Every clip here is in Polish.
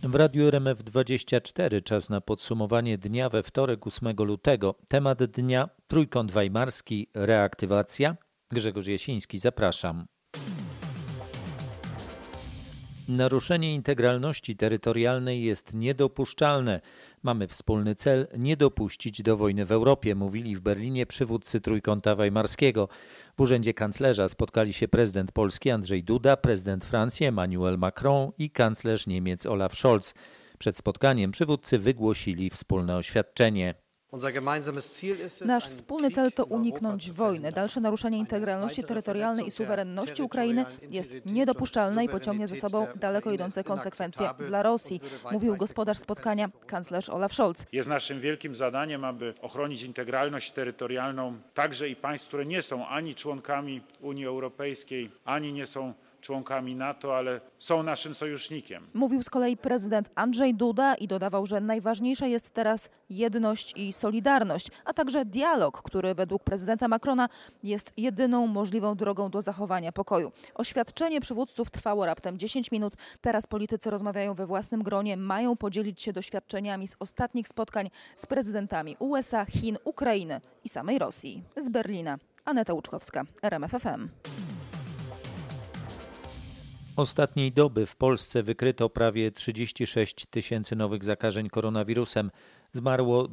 W Radiu RMF24 czas na podsumowanie dnia we wtorek 8 lutego. Temat dnia: Trójkąt Weimarski, reaktywacja. Grzegorz Jasiński, zapraszam. Naruszenie integralności terytorialnej jest niedopuszczalne. Mamy wspólny cel: nie dopuścić do wojny w Europie, mówili w Berlinie przywódcy Trójkąta Weimarskiego. W urzędzie kanclerza spotkali się prezydent Polski Andrzej Duda, prezydent Francji Emmanuel Macron i kanclerz Niemiec Olaf Scholz. Przed spotkaniem przywódcy wygłosili wspólne oświadczenie. Nasz wspólny cel to uniknąć wojny. Dalsze naruszenie integralności terytorialnej i suwerenności Ukrainy jest niedopuszczalne i pociągnie za sobą daleko idące konsekwencje dla Rosji, mówił gospodarz spotkania kanclerz Olaf Scholz. Jest naszym wielkim zadaniem, aby ochronić integralność terytorialną także i państw, które nie są ani członkami Unii Europejskiej, ani nie są członkami NATO, ale są naszym sojusznikiem. Mówił z kolei prezydent Andrzej Duda i dodawał, że najważniejsza jest teraz jedność i solidarność, a także dialog, który według prezydenta Macrona jest jedyną możliwą drogą do zachowania pokoju. Oświadczenie przywódców trwało raptem 10 minut. Teraz politycy rozmawiają we własnym gronie, mają podzielić się doświadczeniami z ostatnich spotkań z prezydentami USA, Chin, Ukrainy i samej Rosji. Z Berlina Aneta Łuczkowska, RMF FM. Ostatniej doby w Polsce wykryto prawie 36 tysięcy nowych zakażeń koronawirusem. Zmarło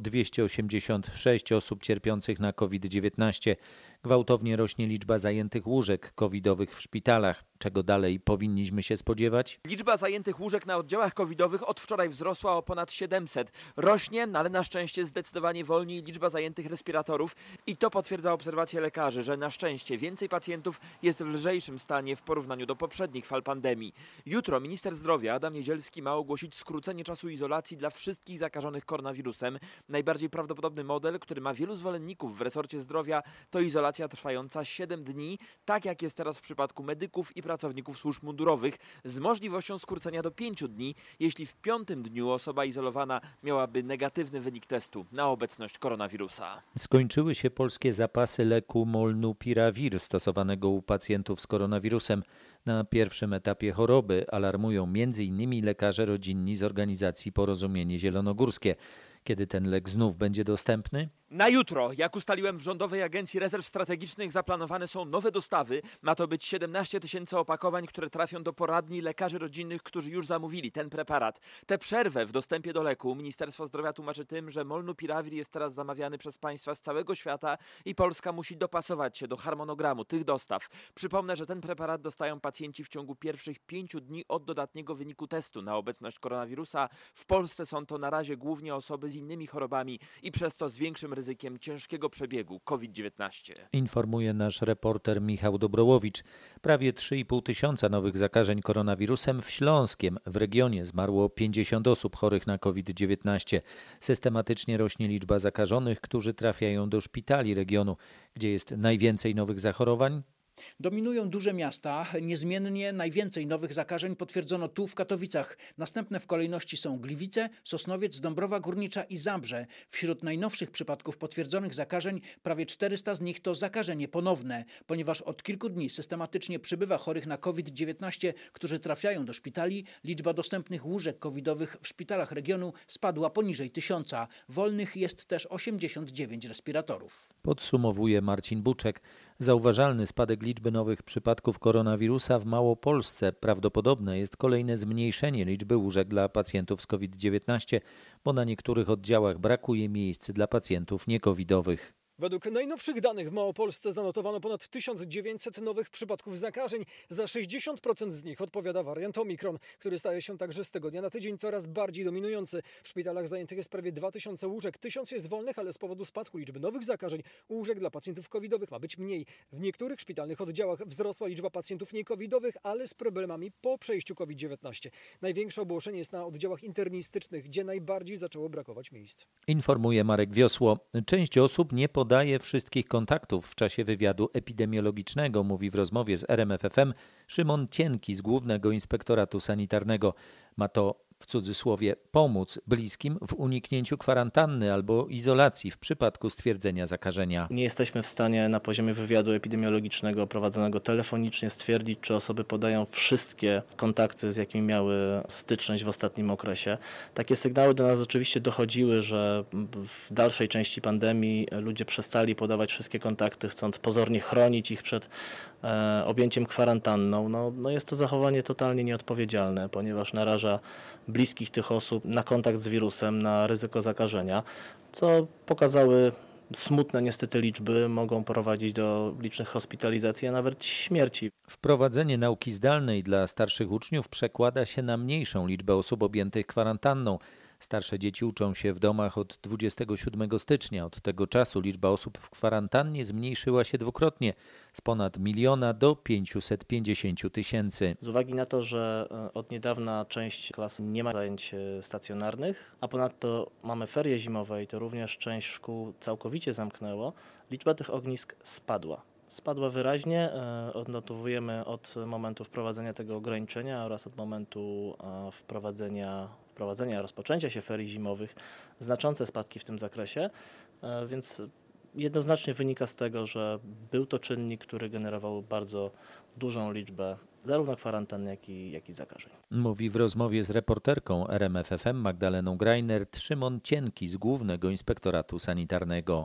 286 osób cierpiących na COVID-19. Gwałtownie rośnie liczba zajętych łóżek covidowych w szpitalach. Czego dalej powinniśmy się spodziewać? Liczba zajętych łóżek na oddziałach covidowych od wczoraj wzrosła o ponad 700. Rośnie, ale na szczęście zdecydowanie wolniej liczba zajętych respiratorów i to potwierdza obserwacje lekarzy, że na szczęście więcej pacjentów jest w lżejszym stanie w porównaniu do poprzednich fal pandemii. Jutro minister zdrowia Adam Niedzielski ma ogłosić skrócenie czasu izolacji dla wszystkich zakażonych koronawirusem. Najbardziej prawdopodobny model, który ma wielu zwolenników w resorcie zdrowia, to izolacja trwająca 7 dni, tak jak jest teraz w przypadku medyków i pracowników służb mundurowych, z możliwością skrócenia do 5 dni, jeśli w 5. dniu osoba izolowana miałaby negatywny wynik testu na obecność koronawirusa. Skończyły się polskie zapasy leku Molnupiravir stosowanego u pacjentów z koronawirusem. Na pierwszym etapie choroby alarmują m.in. lekarze rodzinni z organizacji Porozumienie Zielonogórskie. Kiedy ten lek znów będzie dostępny? Na jutro, jak ustaliłem w Rządowej Agencji Rezerw Strategicznych, zaplanowane są nowe dostawy. Ma to być 17 tysięcy opakowań, które trafią do poradni lekarzy rodzinnych, którzy już zamówili ten preparat. Tę przerwę w dostępie do leku Ministerstwo Zdrowia tłumaczy tym, że Molnupiravir jest teraz zamawiany przez państwa z całego świata i Polska musi dopasować się do harmonogramu tych dostaw. Przypomnę, że ten preparat dostają pacjenci w ciągu pierwszych 5 dni od dodatniego wyniku testu na obecność koronawirusa. W Polsce są to na razie głównie osoby z innymi chorobami i przez to z większym ryzykiem ciężkiego przebiegu COVID-19. Informuje nasz reporter Michał Dobrołowicz. Prawie 3,5 tysiąca nowych zakażeń koronawirusem w Śląskiem. W regionie zmarło 50 osób chorych na COVID-19. Systematycznie rośnie liczba zakażonych, którzy trafiają do szpitali regionu. Gdzie jest najwięcej nowych zachorowań? Dominują duże miasta. Niezmiennie najwięcej nowych zakażeń potwierdzono tu w Katowicach. Następne w kolejności są Gliwice, Sosnowiec, Dąbrowa Górnicza i Zabrze. Wśród najnowszych przypadków potwierdzonych zakażeń prawie 400 z nich to zakażenie ponowne, ponieważ od kilku dni systematycznie przybywa chorych na COVID-19, którzy trafiają do szpitali. Liczba dostępnych łóżek covidowych w szpitalach regionu spadła poniżej 1000. Wolnych jest też 89 respiratorów. Podsumowuje Marcin Buczek. Zauważalny spadek liczby nowych przypadków koronawirusa w Małopolsce. Prawdopodobne jest kolejne zmniejszenie liczby łóżek dla pacjentów z COVID-19, bo na niektórych oddziałach brakuje miejsc dla pacjentów niecovidowych. Według najnowszych danych w Małopolsce zanotowano ponad 1900 nowych przypadków zakażeń. Za 60% z nich odpowiada wariant Omikron, który staje się także z tygodnia na tydzień coraz bardziej dominujący. W szpitalach zajętych jest prawie 2000 łóżek. 1000 jest wolnych, ale z powodu spadku liczby nowych zakażeń łóżek dla pacjentów covidowych ma być mniej. W niektórych szpitalnych oddziałach wzrosła liczba pacjentów niecovidowych, ale z problemami po przejściu COVID-19. Największe obłożenie jest na oddziałach internistycznych, gdzie najbardziej zaczęło brakować miejsc. Informuje Marek Wiosło. Część osób nie podaje wszystkich kontaktów w czasie wywiadu epidemiologicznego, mówi w rozmowie z RMF FM Szymon Cienki z Głównego Inspektoratu Sanitarnego. Ma to w cudzysłowie pomóc bliskim w uniknięciu kwarantanny albo izolacji w przypadku stwierdzenia zakażenia. Nie jesteśmy w stanie na poziomie wywiadu epidemiologicznego prowadzonego telefonicznie stwierdzić, czy osoby podają wszystkie kontakty, z jakimi miały styczność w ostatnim okresie. Takie sygnały do nas oczywiście dochodziły, że w dalszej części pandemii ludzie przestali podawać wszystkie kontakty, chcąc pozornie chronić ich przed objęciem kwarantanną. No jest to zachowanie totalnie nieodpowiedzialne, ponieważ naraża bliskich tych osób na kontakt z wirusem, na ryzyko zakażenia, co pokazały smutne niestety liczby, mogą prowadzić do licznych hospitalizacji, a nawet śmierci. Wprowadzenie nauki zdalnej dla starszych uczniów przekłada się na mniejszą liczbę osób objętych kwarantanną. Starsze dzieci uczą się w domach od 27 stycznia. Od tego czasu liczba osób w kwarantannie zmniejszyła się dwukrotnie z ponad 1 miliona do 550 000. Z uwagi na to, że od niedawna część klas nie ma zajęć stacjonarnych, a ponadto mamy ferie zimowe i to również część szkół całkowicie zamknęło, liczba tych ognisk spadła. Spadła wyraźnie, odnotowujemy od momentu wprowadzenia tego ograniczenia oraz od momentu rozpoczęcia się ferii zimowych znaczące spadki w tym zakresie, więc jednoznacznie wynika z tego, że był to czynnik, który generował bardzo dużą liczbę zarówno kwarantan, jak i zakażeń. Mówi w rozmowie z reporterką RMF FM Magdaleną Greinert Szymon Cienki z Głównego Inspektoratu Sanitarnego.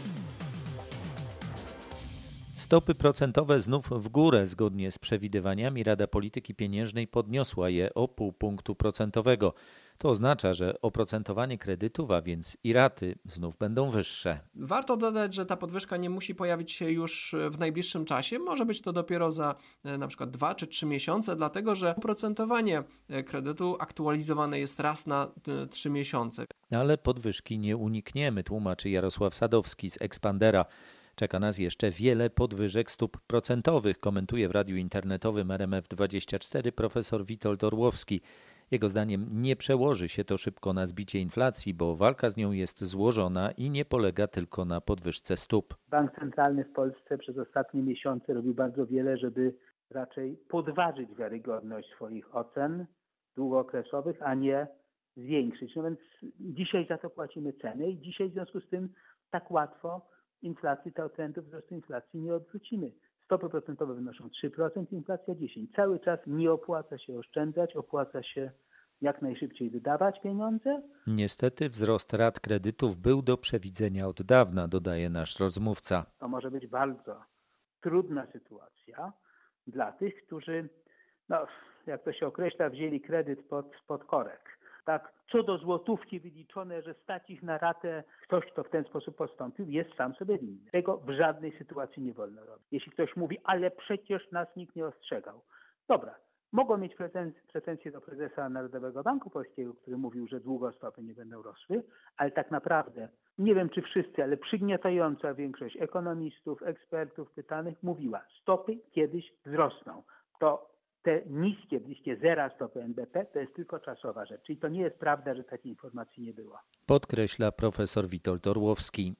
Stopy procentowe znów w górę. Zgodnie z przewidywaniami Rada Polityki Pieniężnej podniosła je o 0,5 punktu procentowego. To oznacza, że oprocentowanie kredytów, a więc i raty, znów będą wyższe. Warto dodać, że ta podwyżka nie musi pojawić się już w najbliższym czasie. Może być to dopiero za na przykład 2 czy 3 miesiące, dlatego że oprocentowanie kredytu aktualizowane jest raz na 3 miesiące. Ale podwyżki nie unikniemy, tłumaczy Jarosław Sadowski z Expandera. Czeka nas jeszcze wiele podwyżek stóp procentowych, komentuje w radiu internetowym RMF24 profesor Witold Orłowski. Jego zdaniem nie przełoży się to szybko na zbicie inflacji, bo walka z nią jest złożona i nie polega tylko na podwyżce stóp. Bank Centralny w Polsce przez ostatnie miesiące robił bardzo wiele, żeby raczej podważyć wiarygodność swoich ocen długookresowych, a nie zwiększyć. No więc dzisiaj za to płacimy cenę i dzisiaj w związku z tym tak łatwo inflacji, tego trendu wzrostu inflacji nie odwrócimy. Stopy procentowe wynoszą 3%, inflacja 10%. Cały czas nie opłaca się oszczędzać, opłaca się jak najszybciej wydawać pieniądze. Niestety wzrost rat kredytów był do przewidzenia od dawna, dodaje nasz rozmówca. To może być bardzo trudna sytuacja dla tych, którzy, jak to się określa, wzięli kredyt pod korek. Tak, co do złotówki wyliczone, że stać ich na ratę, ktoś, kto w ten sposób postąpił, jest sam sobie winny. Tego w żadnej sytuacji nie wolno robić. Jeśli ktoś mówi, ale przecież nas nikt nie ostrzegał. Dobra, mogą mieć pretensje do prezesa Narodowego Banku Polskiego, który mówił, że długo stopy nie będą rosły, ale tak naprawdę, nie wiem czy wszyscy, ale przygniatająca większość ekonomistów, ekspertów pytanych mówiła, stopy kiedyś wzrosną. To te niskie, bliskie zera stopy NBP to jest tylko czasowa rzecz. Czyli to nie jest prawda, że takiej informacji nie było. Podkreśla profesor Witold Orłowski.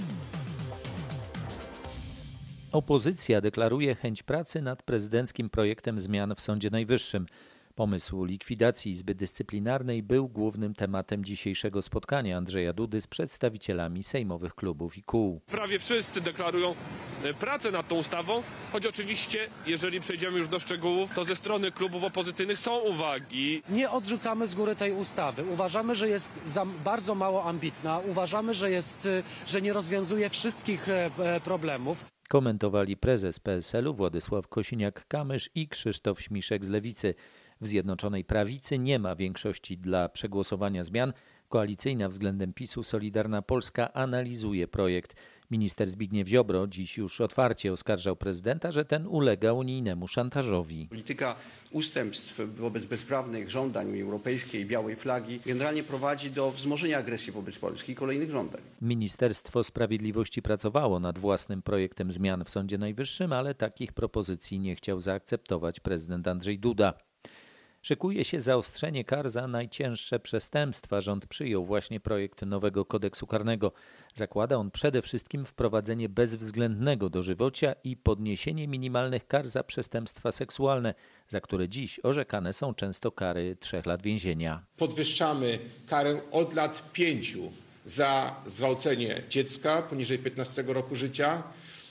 Opozycja deklaruje chęć pracy nad prezydenckim projektem zmian w Sądzie Najwyższym. Pomysł likwidacji Izby Dyscyplinarnej był głównym tematem dzisiejszego spotkania Andrzeja Dudy z przedstawicielami sejmowych klubów i kół. Prawie wszyscy deklarują pracę nad tą ustawą, choć oczywiście, jeżeli przejdziemy już do szczegółów, to ze strony klubów opozycyjnych są uwagi. Nie odrzucamy z góry tej ustawy. Uważamy, że jest bardzo mało ambitna. Uważamy, że nie rozwiązuje wszystkich problemów. Komentowali prezes PSL-u Władysław Kosiniak-Kamysz i Krzysztof Śmiszek z Lewicy. W Zjednoczonej Prawicy nie ma większości dla przegłosowania zmian. Koalicyjna względem PiS-u Solidarna Polska analizuje projekt. Minister Zbigniew Ziobro dziś już otwarcie oskarżał prezydenta, że ten ulega unijnemu szantażowi. Polityka ustępstw wobec bezprawnych żądań Unii Europejskiej, białej flagi generalnie prowadzi do wzmożenia agresji wobec Polski i kolejnych żądań. Ministerstwo Sprawiedliwości pracowało nad własnym projektem zmian w Sądzie Najwyższym, ale takich propozycji nie chciał zaakceptować prezydent Andrzej Duda. Szykuje się zaostrzenie kar za najcięższe przestępstwa. Rząd przyjął właśnie projekt nowego kodeksu karnego. Zakłada on przede wszystkim wprowadzenie bezwzględnego dożywocia i podniesienie minimalnych kar za przestępstwa seksualne, za które dziś orzekane są często kary 3 lat więzienia. Podwyższamy karę od lat 5 za zgwałcenie dziecka poniżej 15 roku życia.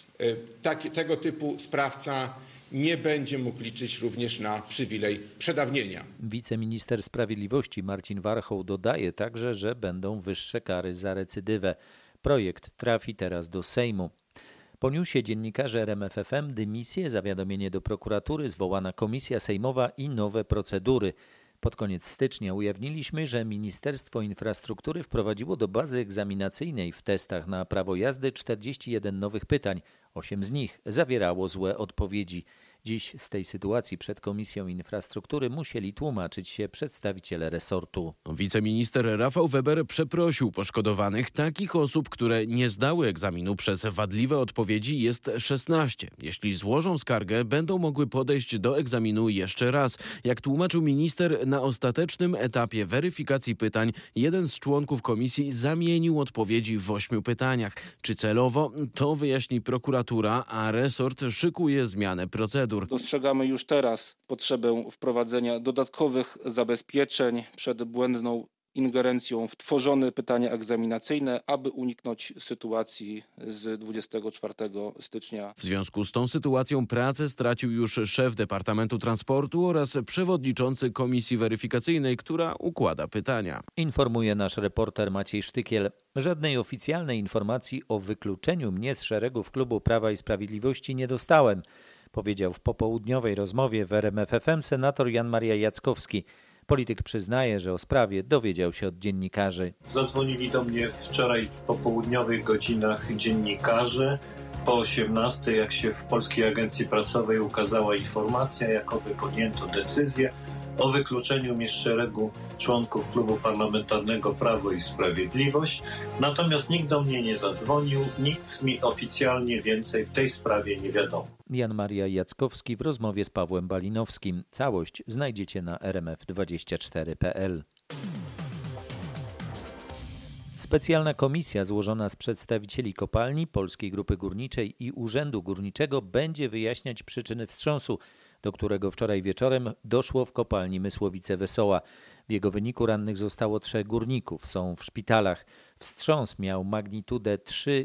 Tego typu sprawca nie będzie mógł liczyć również na przywilej przedawnienia. Wiceminister Sprawiedliwości Marcin Warchoł dodaje także, że będą wyższe kary za recydywę. Projekt trafi teraz do Sejmu. Po newsie dziennikarze RMF FM dymisję, zawiadomienie do prokuratury, zwołana komisja sejmowa i nowe procedury. Pod koniec stycznia ujawniliśmy, że Ministerstwo Infrastruktury wprowadziło do bazy egzaminacyjnej w testach na prawo jazdy 41 nowych pytań. 8 z nich zawierało złe odpowiedzi. Dziś z tej sytuacji przed Komisją Infrastruktury musieli tłumaczyć się przedstawiciele resortu. Wiceminister Rafał Weber przeprosił poszkodowanych. Takich osób, które nie zdały egzaminu przez wadliwe odpowiedzi, jest 16. Jeśli złożą skargę, będą mogły podejść do egzaminu jeszcze raz. Jak tłumaczył minister, na ostatecznym etapie weryfikacji pytań jeden z członków komisji zamienił odpowiedzi w 8 pytaniach. Czy celowo? To wyjaśni prokuratura, a resort szykuje zmianę procedur. Dostrzegamy już teraz potrzebę wprowadzenia dodatkowych zabezpieczeń przed błędną ingerencją w tworzone pytania egzaminacyjne, aby uniknąć sytuacji z 24 stycznia. W związku z tą sytuacją pracę stracił już szef Departamentu Transportu oraz przewodniczący komisji weryfikacyjnej, która układa pytania. Informuje nasz reporter Maciej Sztykiel. Żadnej oficjalnej informacji o wykluczeniu mnie z szeregów klubu Prawa i Sprawiedliwości nie dostałem, powiedział w popołudniowej rozmowie w RMF FM senator Jan Maria Jackowski. Polityk przyznaje, że o sprawie dowiedział się od dziennikarzy. Zadzwonili do mnie wczoraj w popołudniowych godzinach dziennikarze. Po 18, jak się w Polskiej Agencji Prasowej ukazała informacja, jakoby podjęto decyzję o wykluczeniu mnie z szeregu członków Klubu Parlamentarnego Prawo i Sprawiedliwość. Natomiast nikt do mnie nie zadzwonił, nikt mi oficjalnie więcej w tej sprawie nie wiadomo. Jan Maria Jackowski w rozmowie z Pawłem Balinowskim. Całość znajdziecie na rmf24.pl. Specjalna komisja złożona z przedstawicieli kopalni, Polskiej Grupy Górniczej i Urzędu Górniczego będzie wyjaśniać przyczyny wstrząsu, do którego wczoraj wieczorem doszło w kopalni Mysłowice-Wesoła. W jego wyniku rannych zostało 3 górników, są w szpitalach. Wstrząs miał magnitudę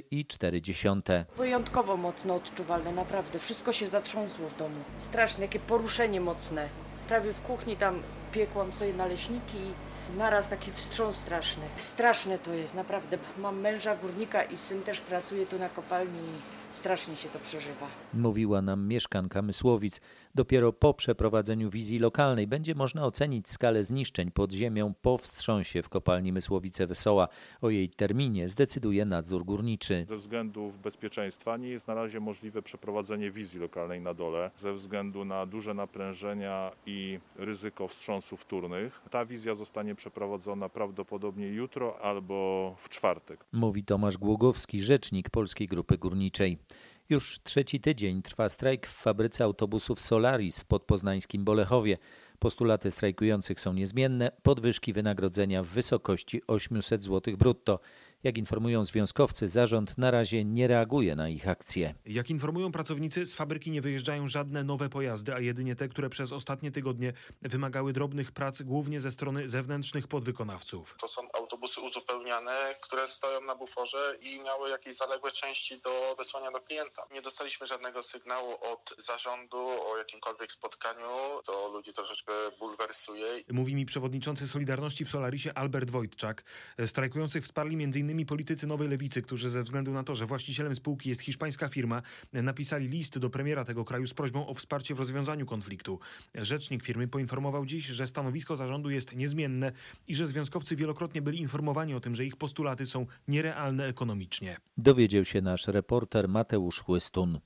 3,4. Wyjątkowo mocno odczuwalne, naprawdę. Wszystko się zatrząsło w domu. Straszne, jakie poruszenie mocne. Prawie w kuchni tam piekłam sobie naleśniki i naraz taki wstrząs straszny. Straszne to jest, naprawdę. Mam męża górnika i syn też pracuje tu na kopalni. Strasznie się to przeżywa. Mówiła nam mieszkanka Mysłowic. Dopiero po przeprowadzeniu wizji lokalnej będzie można ocenić skalę zniszczeń pod ziemią po wstrząsie w kopalni Mysłowice-Wesoła. O jej terminie zdecyduje nadzór górniczy. Ze względów bezpieczeństwa nie jest na razie możliwe przeprowadzenie wizji lokalnej na dole, ze względu na duże naprężenia i ryzyko wstrząsów wtórnych. Ta wizja zostanie przeprowadzona prawdopodobnie jutro albo w czwartek. Mówi Tomasz Głogowski, rzecznik Polskiej Grupy Górniczej. Już 3. tydzień trwa strajk w fabryce autobusów Solaris w podpoznańskim Bolechowie. Postulaty strajkujących są niezmienne, podwyżki wynagrodzenia w wysokości 800 zł brutto. Jak informują związkowcy, zarząd na razie nie reaguje na ich akcje. Jak informują pracownicy, z fabryki nie wyjeżdżają żadne nowe pojazdy, a jedynie te, które przez ostatnie tygodnie wymagały drobnych prac, głównie ze strony zewnętrznych podwykonawców. To są autobusy uzupełniane, które stoją na buforze i miały jakieś zaległe części do wysłania do klienta. Nie dostaliśmy żadnego sygnału od zarządu o jakimkolwiek spotkaniu. To ludzi troszeczkę bulwersuje. Mówi mi przewodniczący Solidarności w Solarisie Albert Wojtczak. Strajkujących wsparli m.in. politycy Nowej Lewicy, którzy ze względu na to, że właścicielem spółki jest hiszpańska firma, napisali list do premiera tego kraju z prośbą o wsparcie w rozwiązaniu konfliktu. Rzecznik firmy poinformował dziś, że stanowisko zarządu jest niezmienne i że związkowcy wielokrotnie byli informowani o tym, że ich postulaty są nierealne ekonomicznie. Dowiedział się nasz reporter Mateusz Chłystun.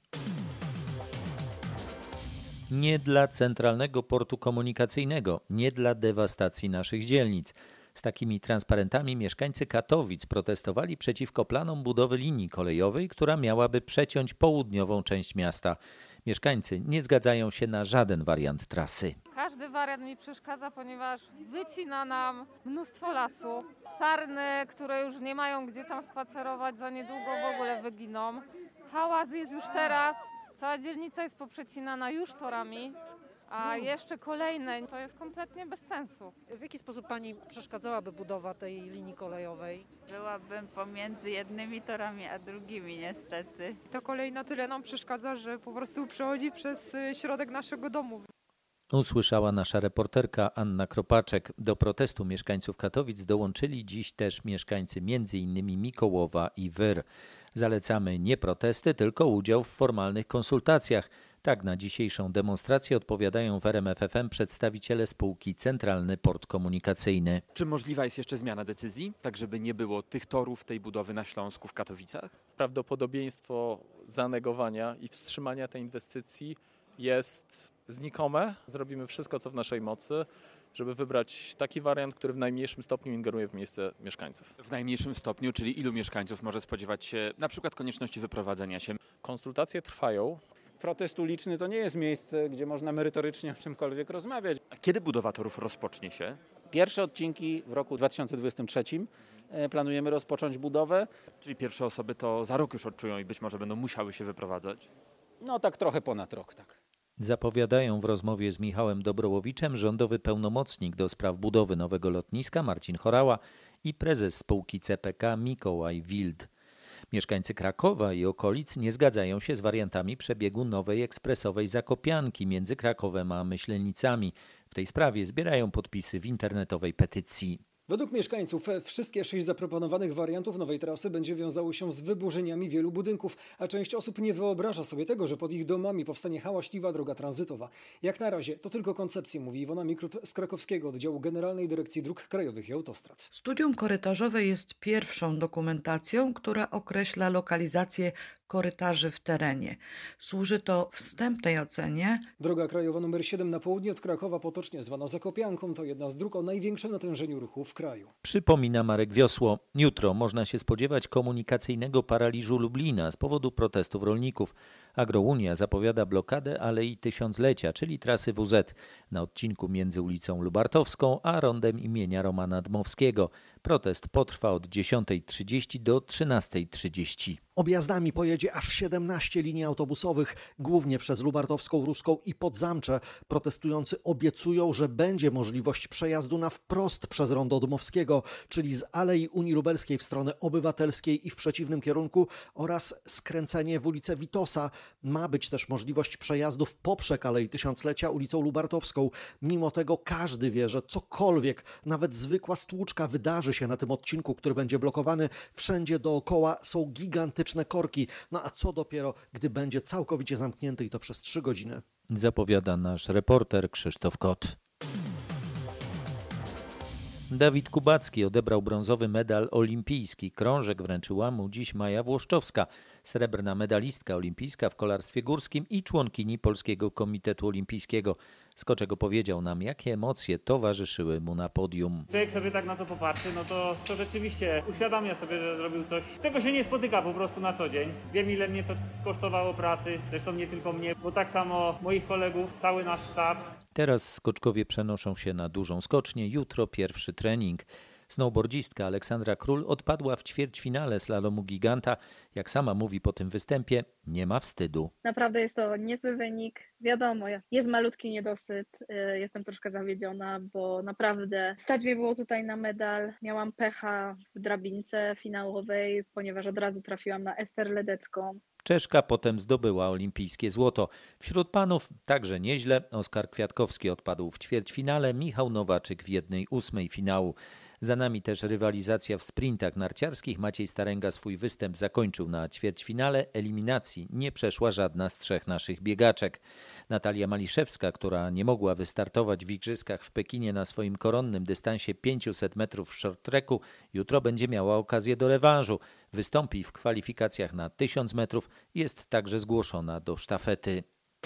Nie dla Centralnego Portu Komunikacyjnego, nie dla dewastacji naszych dzielnic. Z takimi transparentami mieszkańcy Katowic protestowali przeciwko planom budowy linii kolejowej, która miałaby przeciąć południową część miasta. Mieszkańcy nie zgadzają się na żaden wariant trasy. Każdy Każdy wariant mi przeszkadza, ponieważ wycina nam mnóstwo lasu. Sarny, które już nie mają gdzie tam spacerować, za niedługo w ogóle wyginą. Hałas jest już teraz, cała dzielnica jest poprzecinana już torami, a jeszcze kolejne, to jest kompletnie bez sensu. W jaki sposób Pani przeszkadzałaby budowa tej linii kolejowej? Byłabym pomiędzy jednymi torami a drugimi niestety. Ta kolej na tyle nam przeszkadza, że po prostu przechodzi przez środek naszego domu. Usłyszała nasza reporterka Anna Kropaczek. Do protestu mieszkańców Katowic dołączyli dziś też mieszkańcy m.in. Mikołowa i Wyr. Zalecamy nie protesty, tylko udział w formalnych konsultacjach. Tak na dzisiejszą demonstrację odpowiadają w RMF FM przedstawiciele spółki Centralny Port Komunikacyjny. Czy możliwa jest jeszcze zmiana decyzji, tak żeby nie było tych torów, tej budowy na Śląsku, w Katowicach? Prawdopodobieństwo zanegowania i wstrzymania tej inwestycji jest znikome. Zrobimy wszystko, co w naszej mocy, żeby wybrać taki wariant, który w najmniejszym stopniu ingeruje w miejsce mieszkańców. W najmniejszym stopniu, czyli ilu mieszkańców może spodziewać się na przykład konieczności wyprowadzenia się? Konsultacje trwają. Protest uliczny to nie jest miejsce, gdzie można merytorycznie o czymkolwiek rozmawiać. A kiedy budowa torów rozpocznie się? Pierwsze odcinki w roku 2023 planujemy rozpocząć budowę. Czyli pierwsze osoby to za rok już odczują i być może będą musiały się wyprowadzać? No tak trochę ponad rok, tak. Zapowiadają w rozmowie z Michałem Dobrołowiczem rządowy pełnomocnik do spraw budowy nowego lotniska Marcin Horała i prezes spółki CPK Mikołaj Wild. Mieszkańcy Krakowa i okolic nie zgadzają się z wariantami przebiegu nowej ekspresowej zakopianki między Krakowem a Myślenicami. W tej sprawie zbierają podpisy w internetowej petycji. Według mieszkańców wszystkie 6 zaproponowanych wariantów nowej trasy będzie wiązało się z wyburzeniami wielu budynków, a część osób nie wyobraża sobie tego, że pod ich domami powstanie hałaśliwa droga tranzytowa. Jak na razie to tylko koncepcje, mówi Iwona Mikrut z krakowskiego oddziału Generalnej Dyrekcji Dróg Krajowych i Autostrad. Studium korytarzowe jest pierwszą dokumentacją, która określa lokalizację korytarzy w terenie. Służy to wstępnej ocenie. Droga krajowa nr 7 na południe od Krakowa, potocznie zwana Zakopianką, to jedna z dróg o największym natężeniu ruchu w kraju. Przypomina Marek Wiosło. Jutro można się spodziewać komunikacyjnego paraliżu Lublina z powodu protestów rolników. Agrounia zapowiada blokadę Alei Tysiąclecia, czyli trasy WZ, na odcinku między ulicą Lubartowską a rondem imienia Romana Dmowskiego. Protest potrwa od 10:30 do 13:30. Objazdami pojedzie aż 17 linii autobusowych, głównie przez Lubartowską, Ruską i Podzamcze. Protestujący obiecują, że będzie możliwość przejazdu na wprost przez rondo Dmowskiego, czyli z Alei Unii Lubelskiej w stronę Obywatelskiej i w przeciwnym kierunku oraz skręcenie w ulicę Witosa. Ma być też możliwość przejazdu w poprzek Alei Tysiąclecia ulicą Lubartowską. Mimo tego każdy wie, że cokolwiek, nawet zwykła stłuczka wydarzy się na tym odcinku, który będzie blokowany. Wszędzie dookoła są gigantyczne korki. No a co dopiero, gdy będzie całkowicie zamknięty i to przez 3 godziny. Zapowiada nasz reporter Krzysztof Kot. Dawid Kubacki odebrał brązowy medal olimpijski. Krążek wręczyła mu dziś Maja Włoszczowska, srebrna medalistka olimpijska w kolarstwie górskim i członkini Polskiego Komitetu Olimpijskiego. Skoczek opowiedział nam, jakie emocje towarzyszyły mu na podium. Jak sobie tak na to popatrzy, no to rzeczywiście uświadamia sobie, że zrobił coś, czego się nie spotyka po prostu na co dzień. Wiem, ile mnie to kosztowało pracy, zresztą nie tylko mnie, bo tak samo moich kolegów, cały nasz sztab. Teraz skoczkowie przenoszą się na dużą skocznię. Jutro pierwszy trening. Snowboardzistka Aleksandra Król odpadła w ćwierćfinale slalomu giganta. Jak sama mówi po tym występie, nie ma wstydu. Naprawdę jest to niezły wynik. Wiadomo, jest malutki niedosyt. Jestem troszkę zawiedziona, bo naprawdę stać mnie było tutaj na medal. Miałam pecha w drabince finałowej, ponieważ od razu trafiłam na Ester Ledecką. Czeszka potem zdobyła olimpijskie złoto. Wśród panów także nieźle. Oskar Kwiatkowski odpadł w ćwierćfinale, Michał Nowaczyk w 1/8 finału. Za nami też rywalizacja w sprintach narciarskich. Maciej Starenga swój występ zakończył na ćwierćfinale. Eliminacji nie przeszła żadna z 3 naszych biegaczek. Natalia Maliszewska, która nie mogła wystartować w igrzyskach w Pekinie na swoim koronnym dystansie 500 metrów w short tracku, jutro będzie miała okazję do rewanżu. Wystąpi w kwalifikacjach na 1000 metrów. Jest także zgłoszona do sztafety.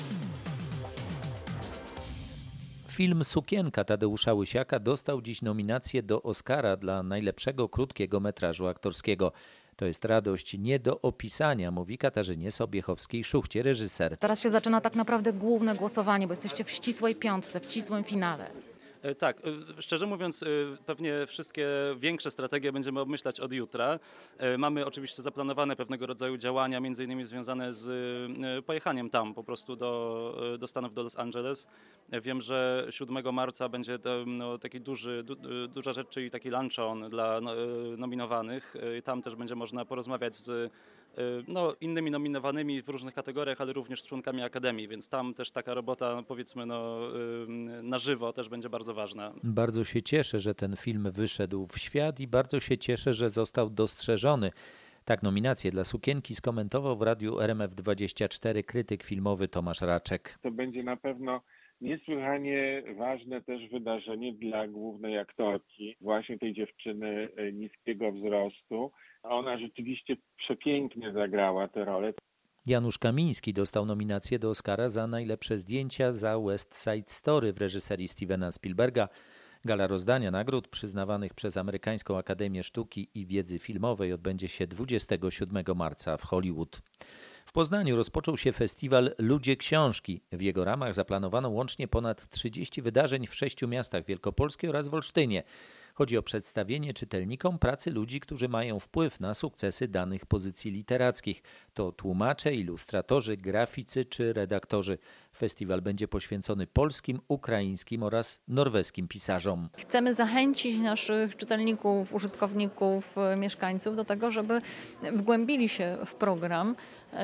Film Sukienka Tadeusza Łysiaka dostał dziś nominację do Oscara dla najlepszego krótkiego metrażu aktorskiego. To jest radość nie do opisania, mówi Katarzynie Sobiechowskiej-Szuchcie, reżyser. Teraz się zaczyna tak naprawdę główne głosowanie, bo jesteście w ścisłej piątce, w ścisłym finale. Tak, szczerze mówiąc, pewnie wszystkie większe strategie będziemy obmyślać od jutra. Mamy oczywiście zaplanowane pewnego rodzaju działania, między innymi związane z pojechaniem tam po prostu do Stanów, do Los Angeles. Wiem, że 7 marca będzie taki duża rzecz, czyli taki luncheon dla nominowanych. Tam też będzie można porozmawiać z innymi nominowanymi w różnych kategoriach, ale również z członkami Akademii, więc tam też taka robota, powiedzmy, na żywo też będzie bardzo ważna. Bardzo się cieszę, że ten film wyszedł w świat i bardzo się cieszę, że został dostrzeżony. Tak nominację dla Sukienki skomentował w radiu RMF24 krytyk filmowy Tomasz Raczek. To będzie na pewno niesłychanie ważne też wydarzenie dla głównej aktorki, właśnie tej dziewczyny niskiego wzrostu. Ona rzeczywiście przepięknie zagrała tę rolę. Janusz Kamiński dostał nominację do Oscara za najlepsze zdjęcia za West Side Story w reżyserii Stevena Spielberga. Gala rozdania nagród przyznawanych przez Amerykańską Akademię Sztuki i Wiedzy Filmowej odbędzie się 27 marca w Hollywood. W Poznaniu rozpoczął się festiwal Ludzie Książki. W jego ramach zaplanowano łącznie ponad 30 wydarzeń w 6 miastach Wielkopolskiej oraz w Olsztynie. Chodzi o przedstawienie czytelnikom pracy ludzi, którzy mają wpływ na sukcesy danych pozycji literackich. To tłumacze, ilustratorzy, graficy czy redaktorzy. Festiwal będzie poświęcony polskim, ukraińskim oraz norweskim pisarzom. Chcemy zachęcić naszych czytelników, użytkowników, mieszkańców do tego, żeby wgłębili się w program,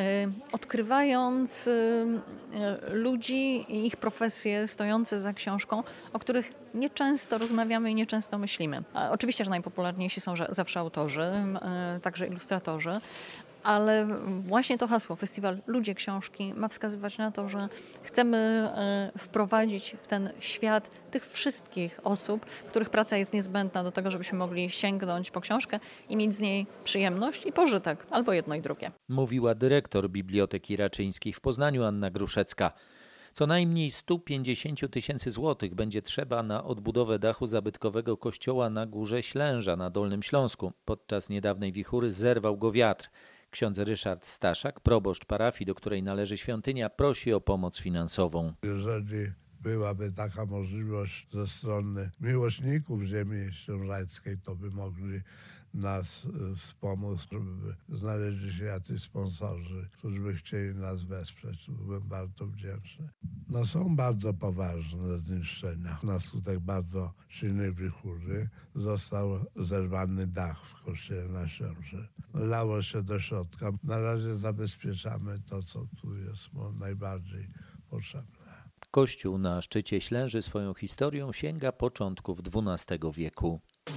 odkrywając ludzi i ich profesje stojące za książką, o których nieczęsto rozmawiamy i nieczęsto myślimy. Oczywiście, że najpopularniejsi są zawsze autorzy, także ilustratorzy, ale właśnie to hasło, festiwal Ludzie Książki, ma wskazywać na to, że chcemy wprowadzić w ten świat tych wszystkich osób, których praca jest niezbędna do tego, żebyśmy mogli sięgnąć po książkę i mieć z niej przyjemność i pożytek, albo jedno i drugie. Mówiła dyrektor Biblioteki Raczyńskich w Poznaniu Anna Gruszecka. Co najmniej 150 tysięcy złotych będzie trzeba na odbudowę dachu zabytkowego kościoła na Górze Ślęża na Dolnym Śląsku. Podczas niedawnej wichury zerwał go wiatr. Ksiądz Ryszard Staszak, proboszcz parafii, do której należy świątynia, prosi o pomoc finansową. Jeżeli byłaby taka możliwość ze strony miłośników ziemi ślążańskiej, to by mogli nas wspomóc, żeby znaleźli się jacyś sponsorzy, którzy by chcieli nas wesprzeć. Byłem bardzo wdzięczny. Są bardzo poważne zniszczenia. Na skutek bardzo silnej wichury został zerwany dach w kościele na Ślęży. Lało się do środka. Na razie zabezpieczamy to, co tu jest najbardziej potrzebne. Kościół na szczycie Ślęży swoją historią sięga początków XII wieku.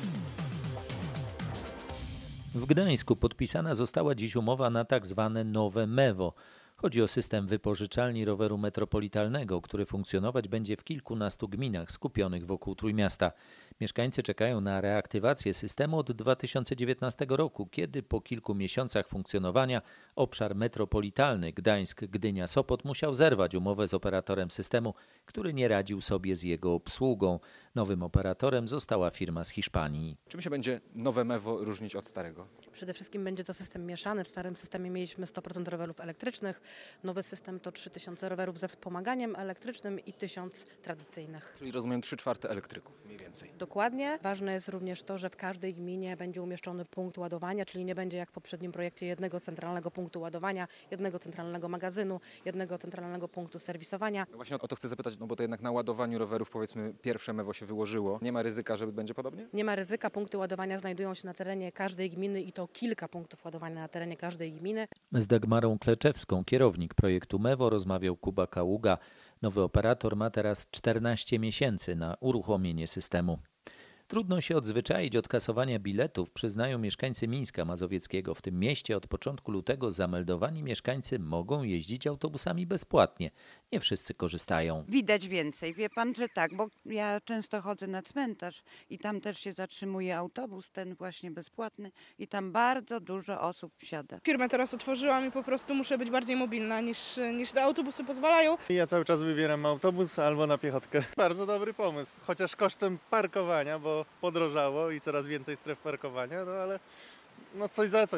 W Gdańsku podpisana została dziś umowa na tak zwane nowe MEWO. Chodzi o system wypożyczalni roweru metropolitalnego, który funkcjonować będzie w kilkunastu gminach skupionych wokół Trójmiasta. Mieszkańcy czekają na reaktywację systemu od 2019 roku, kiedy po kilku miesiącach funkcjonowania obszar metropolitalny Gdańsk-Gdynia-Sopot musiał zerwać umowę z operatorem systemu, który nie radził sobie z jego obsługą. Nowym operatorem została firma z Hiszpanii. Czym się będzie nowe MEWO różnić od starego? Przede wszystkim będzie to system mieszany. W starym systemie mieliśmy 100% rowerów elektrycznych. Nowy system to 3000 rowerów ze wspomaganiem elektrycznym i 1000 tradycyjnych. Czyli rozumiem 3/4 elektryków mniej więcej. Dokładnie. Ważne jest również to, że w każdej gminie będzie umieszczony punkt ładowania, czyli nie będzie jak w poprzednim projekcie jednego centralnego punktu ładowania, jednego centralnego magazynu, jednego centralnego punktu serwisowania. No właśnie o to chcę zapytać, bo to jednak na ładowaniu rowerów powiedzmy pierwsze MEWO się wyłożyło. Nie ma ryzyka, że będzie podobnie? Nie ma ryzyka. Punkty ładowania znajdują się na terenie każdej gminy i to kilka punktów ładowania na terenie każdej gminy. Z Dagmarą Kleczewską, kierownik projektu MEWO, rozmawiał Kuba Kaługa. Nowy operator ma teraz 14 miesięcy na uruchomienie systemu. Trudno się odzwyczaić od kasowania biletów, przyznają mieszkańcy Mińska Mazowieckiego. W tym mieście od początku lutego zameldowani mieszkańcy mogą jeździć autobusami bezpłatnie. Nie wszyscy korzystają. Widać więcej, wie pan, że tak, bo ja często chodzę na cmentarz i tam też się zatrzymuje autobus, ten właśnie bezpłatny i tam bardzo dużo osób wsiada. Firmę teraz otworzyłam i po prostu muszę być bardziej mobilna niż te autobusy pozwalają. Ja cały czas wybieram autobus albo na piechotkę. Bardzo dobry pomysł, chociaż kosztem parkowania, bo podrożało i coraz więcej stref parkowania, ale coś za coś.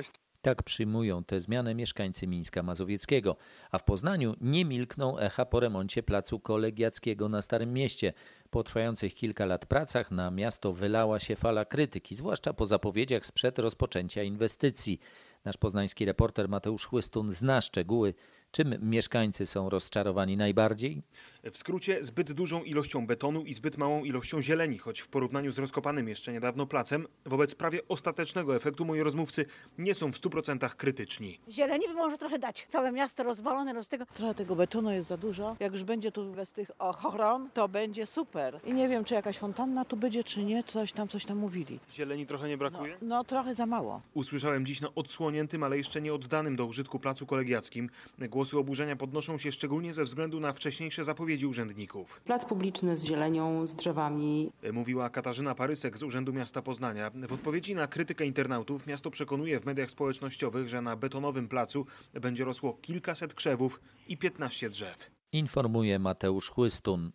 Tak przyjmują tę zmianę mieszkańcy Mińska Mazowieckiego, a w Poznaniu nie milkną echa po remoncie placu Kolegiackiego na Starym Mieście. Po trwających kilka lat pracach na miasto wylała się fala krytyki, zwłaszcza po zapowiedziach sprzed rozpoczęcia inwestycji. Nasz poznański reporter Mateusz Chłystun zna szczegóły. Czym mieszkańcy są rozczarowani najbardziej? W skrócie zbyt dużą ilością betonu i zbyt małą ilością zieleni, choć w porównaniu z rozkopanym jeszcze niedawno placem, wobec prawie ostatecznego efektu moi rozmówcy nie są w 100% krytyczni. Zieleni by może trochę dać. Całe miasto rozwalone, Trochę tego betonu jest za dużo. Jak już będzie tu bez tych ochron, to będzie super. I nie wiem, czy jakaś fontanna tu będzie, czy nie. Coś tam mówili. Zieleni trochę nie brakuje? No trochę za mało. Usłyszałem dziś na odsłoniętym, ale jeszcze nie oddanym do użytku placu Kolegiackim. Głosy oburzenia podnoszą się szczególnie ze względu na wcześniejsze zapowiedzi urzędników. Plac publiczny z zielenią, z drzewami. Mówiła Katarzyna Parysek z Urzędu Miasta Poznania. W odpowiedzi na krytykę internautów miasto przekonuje w mediach społecznościowych, że na betonowym placu będzie rosło kilkaset krzewów i 15 drzew. Informuje Mateusz Chłystun.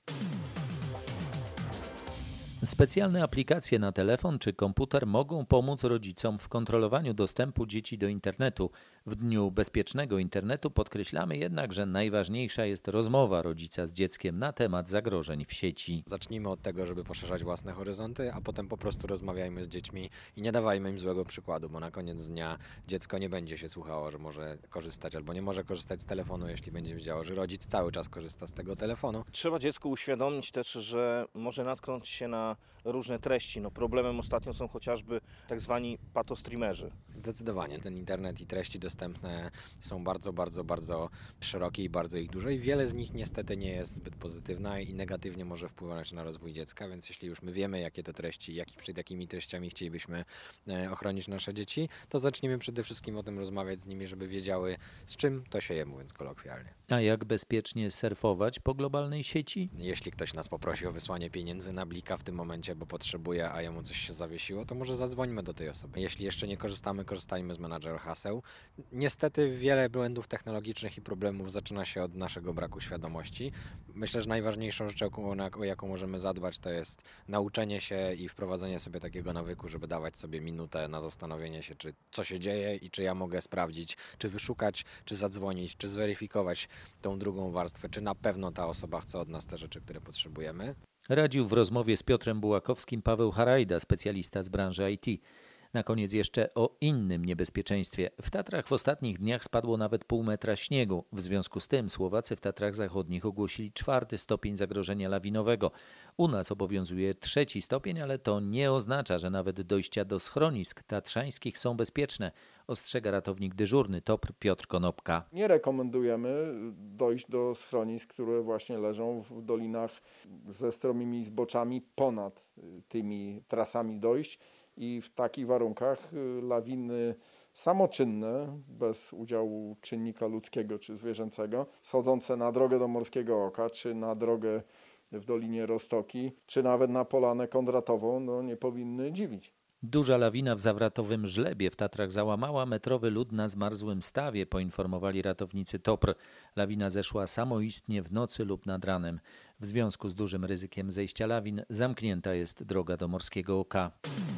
Specjalne aplikacje na telefon czy komputer mogą pomóc rodzicom w kontrolowaniu dostępu dzieci do internetu. W Dniu Bezpiecznego Internetu podkreślamy jednak, że najważniejsza jest rozmowa rodzica z dzieckiem na temat zagrożeń w sieci. Zacznijmy od tego, żeby poszerzać własne horyzonty, a potem po prostu rozmawiajmy z dziećmi i nie dawajmy im złego przykładu, bo na koniec dnia dziecko nie będzie się słuchało, że może korzystać albo nie może korzystać z telefonu, jeśli będzie wiedziało, że rodzic cały czas korzysta z tego telefonu. Trzeba dziecku uświadomić też, że może natknąć się na różne treści. Problemem ostatnio są chociażby tak zwani patostreamerzy. Zdecydowanie. Ten internet i treści dostępne są bardzo, bardzo, bardzo szerokie i bardzo ich dużo i wiele z nich niestety nie jest zbyt pozytywna i negatywnie może wpływać na rozwój dziecka, więc jeśli już my wiemy, jakie to treści, przed jakimi treściami chcielibyśmy ochronić nasze dzieci, to zacznijmy przede wszystkim o tym rozmawiać z nimi, żeby wiedziały, z czym to się je, mówiąc kolokwialnie. A jak bezpiecznie surfować po globalnej sieci? Jeśli ktoś nas poprosi o wysłanie pieniędzy na Blika w tym momencie, bo potrzebuje, a jemu coś się zawiesiło, to może zadzwońmy do tej osoby. Jeśli jeszcze nie korzystajmy z menadżera haseł. Niestety wiele błędów technologicznych i problemów zaczyna się od naszego braku świadomości. Myślę, że najważniejszą rzeczą, o jaką możemy zadbać, to jest nauczenie się i wprowadzenie sobie takiego nawyku, żeby dawać sobie minutę na zastanowienie się, co się dzieje i czy ja mogę sprawdzić, czy wyszukać, czy zadzwonić, czy zweryfikować tą drugą warstwę, czy na pewno ta osoba chce od nas te rzeczy, które potrzebujemy. Radził w rozmowie z Piotrem Bułakowskim Paweł Harajda, specjalista z branży IT. Na koniec jeszcze o innym niebezpieczeństwie. W Tatrach w ostatnich dniach spadło nawet pół metra śniegu. W związku z tym Słowacy w Tatrach Zachodnich ogłosili 4. stopień zagrożenia lawinowego. U nas obowiązuje 3. stopień, ale to nie oznacza, że nawet dojścia do schronisk tatrzańskich są bezpieczne. Ostrzega ratownik dyżurny TOPR Piotr Konopka. Nie rekomendujemy dojść do schronisk, które właśnie leżą w dolinach ze stromymi zboczami ponad tymi trasami dojść. I w takich warunkach lawiny samoczynne, bez udziału czynnika ludzkiego czy zwierzęcego, schodzące na drogę do Morskiego Oka, czy na drogę w Dolinie Roztoki, czy nawet na Polanę Kondratową, nie powinny dziwić. Duża lawina w Zawratowym Żlebie w Tatrach załamała metrowy lód na zmarzłym stawie, poinformowali ratownicy TOPR. Lawina zeszła samoistnie w nocy lub nad ranem. W związku z dużym ryzykiem zejścia lawin zamknięta jest droga do Morskiego Oka.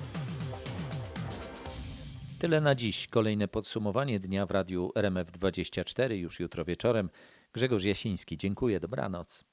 Tyle na dziś. Kolejne podsumowanie dnia w radiu RMF24 już jutro wieczorem. Grzegorz Jasiński, dziękuję, dobranoc.